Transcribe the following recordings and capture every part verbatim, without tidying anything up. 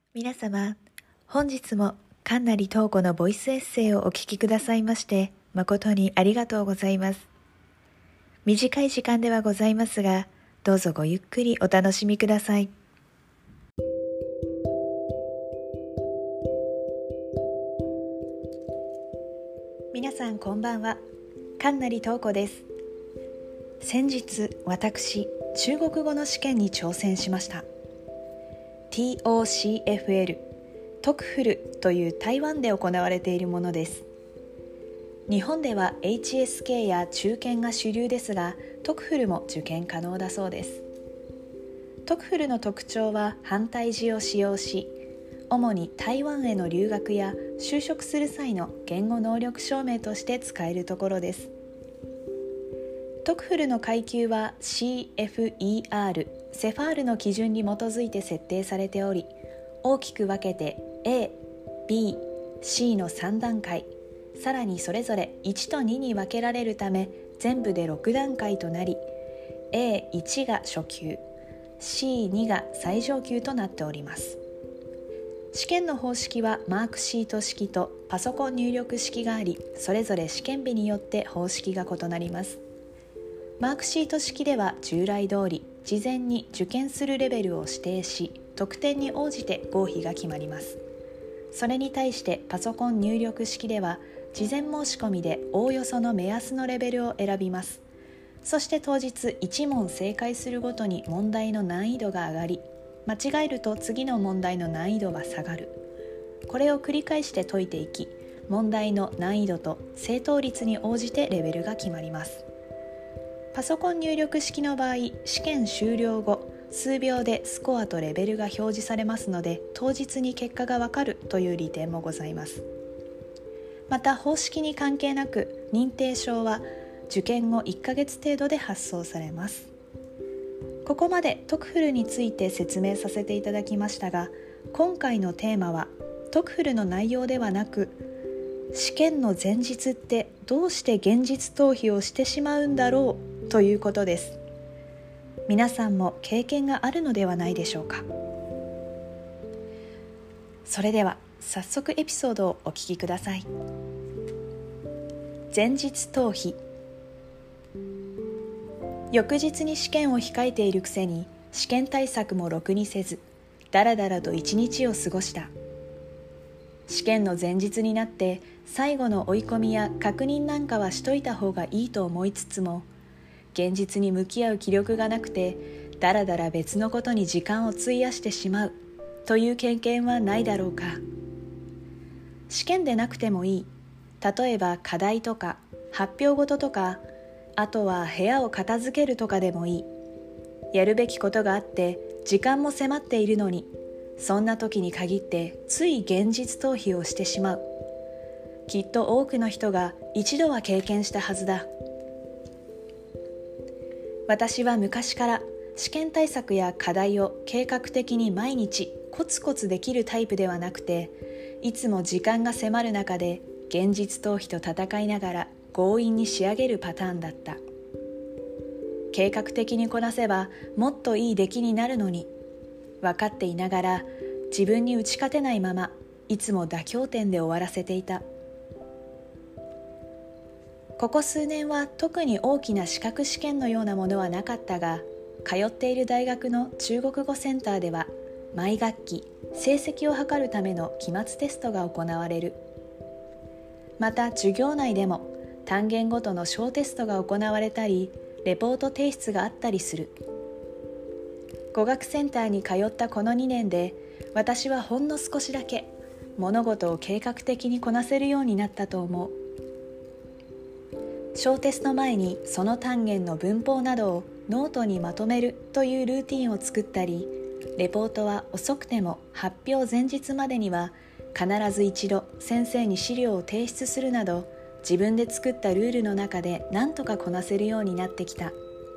皆様、本日も神成東子のボイスエッセイをお聞きくださいまして誠にありがとうございます。短い時間ではございますが、どうぞごゆっくりお楽しみください。皆さんこんばんは、神成東子です。先日私、中国語の試験に挑戦しました。トーエフエル、トクフルという台湾で行われているものです。日本では エイチエスケー や中堅が主流ですが、トクフルも受験可能だそうです。トクフルの特徴は繁体字を使用し、主に台湾への留学や就職する際の言語能力証明として使えるところです。トクフルの階級は シーエフイーアール、セファールの基準に基づいて設定されており、大きく分けて エー、ビー、シー のさん段階、さらにそれぞれいちとにに分けられるため全部でろく段階となり、 エーワン が初級、シーツー が最上級となっております。試験の方式はマークシート式とパソコン入力式があり、それぞれ試験日によって方式が異なります。マークシート式では従来通り事前に受験するレベルを指定し、得点に応じて合否が決まります。それに対してパソコン入力式では事前申し込みでおおよその目安のレベルを選びます。そして当日いち問正解するごとに問題の難易度が上がり、間違えると次の問題の難易度が下がる。これを繰り返して解いていき、問題の難易度と正答率に応じてレベルが決まります。パソコン入力式の場合、試験終了後数秒でスコアとレベルが表示されますので、当日に結果がわかるという利点もございます。また方式に関係なく認定証は受験後いっかげつ程度で発送されます。ここまでトクフルについて説明させていただきましたが、今回のテーマはトクフルの内容ではなく、試験の前日ってどうして現実逃避をしてしまうんだろうということです。皆さんも経験があるのではないでしょうか。それでは早速エピソードをお聞きください。前日逃避。翌日に試験を控えているくせに試験対策もろくにせず、だらだらと一日を過ごした。試験の前日になって最後の追い込みや確認なんかはしといた方がいいと思いつつも、現実に向き合う気力がなくてだらだら別のことに時間を費やしてしまうという経験はないだろうか。試験でなくてもいい、例えば課題とか発表事とか、あとは部屋を片付けるとかでもいい。やるべきことがあって時間も迫っているのに、そんな時に限ってつい現実逃避をしてしまう。きっと多くの人が一度は経験したはずだ。私は昔から試験対策や課題を計画的に毎日コツコツできるタイプではなくて、いつも時間が迫る中で現実逃避と戦いながら強引に仕上げるパターンだった。計画的にこなせばもっといい出来になるのに、分かっていながら自分に打ち勝てないままいつも妥協点で終わらせていた。ここ数年は特に大きな資格試験のようなものはなかったが、通っている大学の中国語センターでは毎学期成績を測るための期末テストが行われる。また授業内でも単元ごとの小テストが行われたり、レポート提出があったりする。語学センターに通ったこのにねんで、私はほんの少しだけ物事を計画的にこなせるようになったと思う。小テスト前にその単元の文法などをノートにまとめるというルーティンを作ったり、レポートは遅くても発表前日までには必ず一度先生に資料を提出するなど、自分で作ったルールの中で何とかこなせるようになってきた。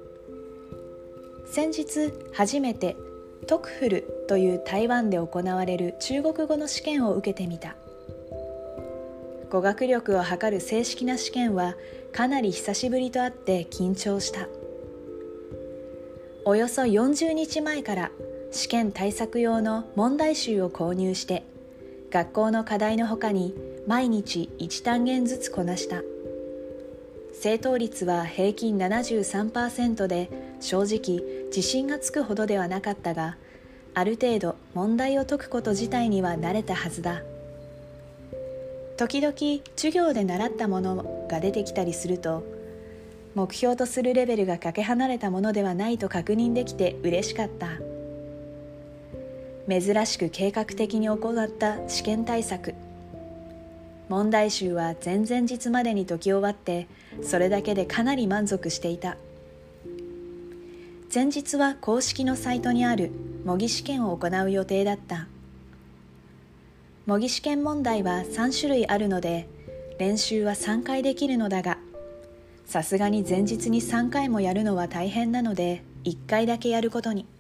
先日初めてトクフルという台湾で行われる中国語の試験を受けてみた。語学力を測る正式な試験はかなり久しぶりとあって緊張した。およそよんじゅうにちまえから試験対策用の問題集を購入して、学校の課題のほかに毎日いち単元ずつこなした。正答率は平均 ななじゅうさんパーセント で、正直自信がつくほどではなかったが、ある程度問題を解くこと自体には慣れたはずだ。時々授業で習ったものが出てきたりすると、目標とするレベルがかけ離れたものではないと確認できて嬉しかった。珍しく計画的に行った試験対策。問題集は前々日までに解き終わって、それだけでかなり満足していた。前日は公式のサイトにある模擬試験を行う予定だった。模擬試験問題はさん種類あるので、練習はさんかいできるのだが、さすがに前日にさんかいもやるのは大変なので、いっかいだけやることに。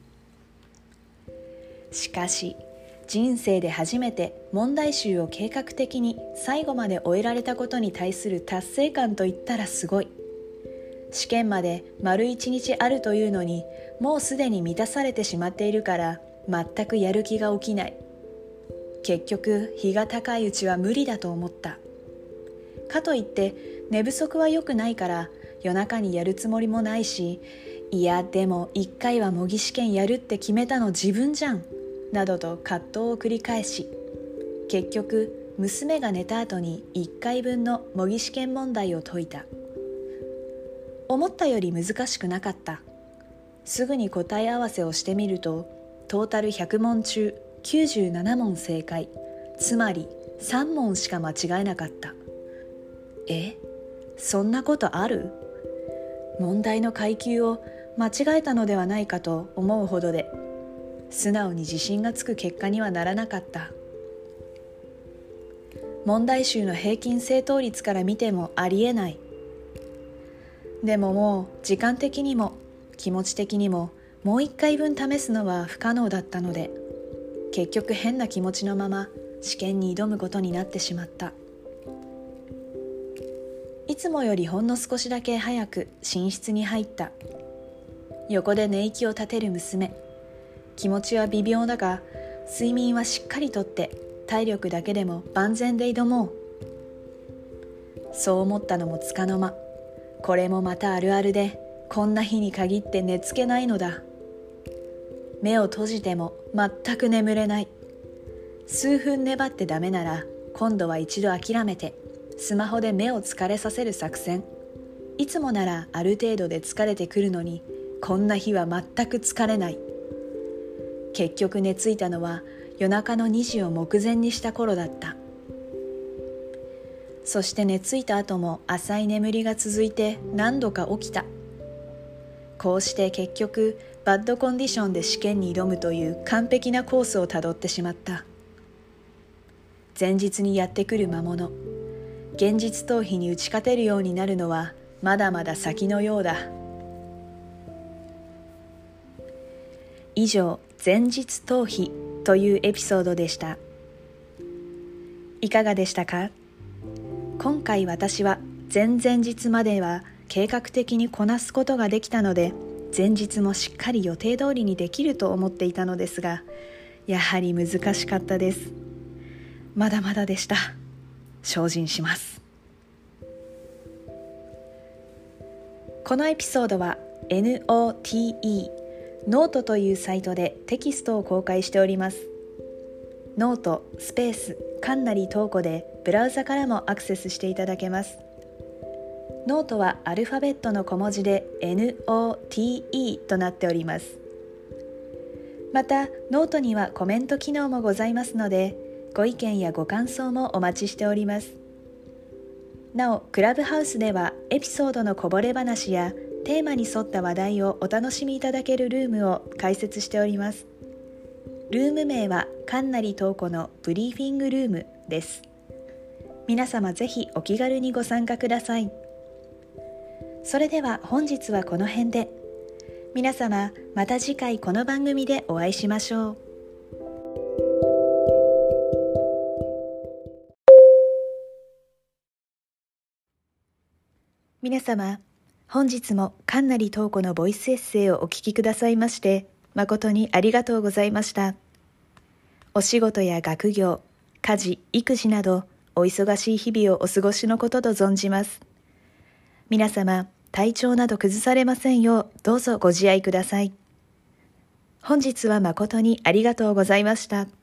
しかし、人生で初めて問題集を計画的に最後まで終えられたことに対する達成感といったらすごい。試験まで丸一日あるというのに、もうすでに満たされてしまっているから、全くやる気が起きない。結局、日が高いうちは無理だと思った。かといって寝不足は良くないから、夜中にやるつもりもないし、いやでも一回は模擬試験やるって決めたの自分じゃんなどと葛藤を繰り返し、結局娘が寝た後にいっかいぶんの模擬試験問題を解いた。思ったより難しくなかった。すぐに答え合わせをしてみると、トータルひゃく問中きゅうじゅうなな問正解、つまりさん問しか間違えなかった。え、そんなことある？問題の階級を間違えたのではないかと思うほどで、素直に自信がつく結果にはならなかった。問題集の平均正答率から見てもありえない。でももう時間的にも気持ち的にももう一回分試すのは不可能だったので、結局変な気持ちのまま試験に挑むことになってしまった。いつもよりほんの少しだけ早く寝室に入った。横で寝息を立てる娘。気持ちは微妙だが、睡眠はしっかりとって体力だけでも万全で挑もう。そう思ったのもつかの間、これもまたあるあるで、こんな日に限って寝つけないのだ。目を閉じても全く眠れない。数分粘ってダメなら、今度は一度諦めてスマホで目を疲れさせる作戦。いつもならある程度で疲れてくるのに、こんな日は全く疲れない。結局寝ついたのは夜中のにじを目前にした頃だった。そして寝ついた後も浅い眠りが続いて何度か起きた。こうして結局バッドコンディションで試験に挑むという完璧なコースをたどってしまった。前日にやってくる魔物、現実逃避に打ち勝てるようになるのはまだまだ先のようだ。以上、前日逃避というエピソードでした。いかがでしたか？今回私は前々日までは計画的にこなすことができたので、前日もしっかり予定通りにできると思っていたのですが、やはり難しかったです。まだまだでした。精進します。このエピソードは ノート ノートというサイトでテキストを公開しております。ノートスペース神成東子でブラウザからもアクセスしていただけます。ノートはアルファベットの小文字で ノート となっております。またノートにはコメント機能もございますので、ご意見やご感想もお待ちしております。なおクラブハウスではエピソードのこぼれ話やテーマに沿った話題をお楽しみいただけるルームを開設しております。ルーム名は神成東子のブリーフィングルームです。皆様ぜひお気軽にご参加ください。それでは本日はこの辺で。皆様また次回この番組でお会いしましょう。皆様、本日も神成東子のボイスエッセイをお聞きくださいまして誠にありがとうございました。お仕事や学業、家事、育児など、お忙しい日々をお過ごしのことと存じます。皆様、体調など崩されませんよう、どうぞご自愛ください。本日は誠にありがとうございました。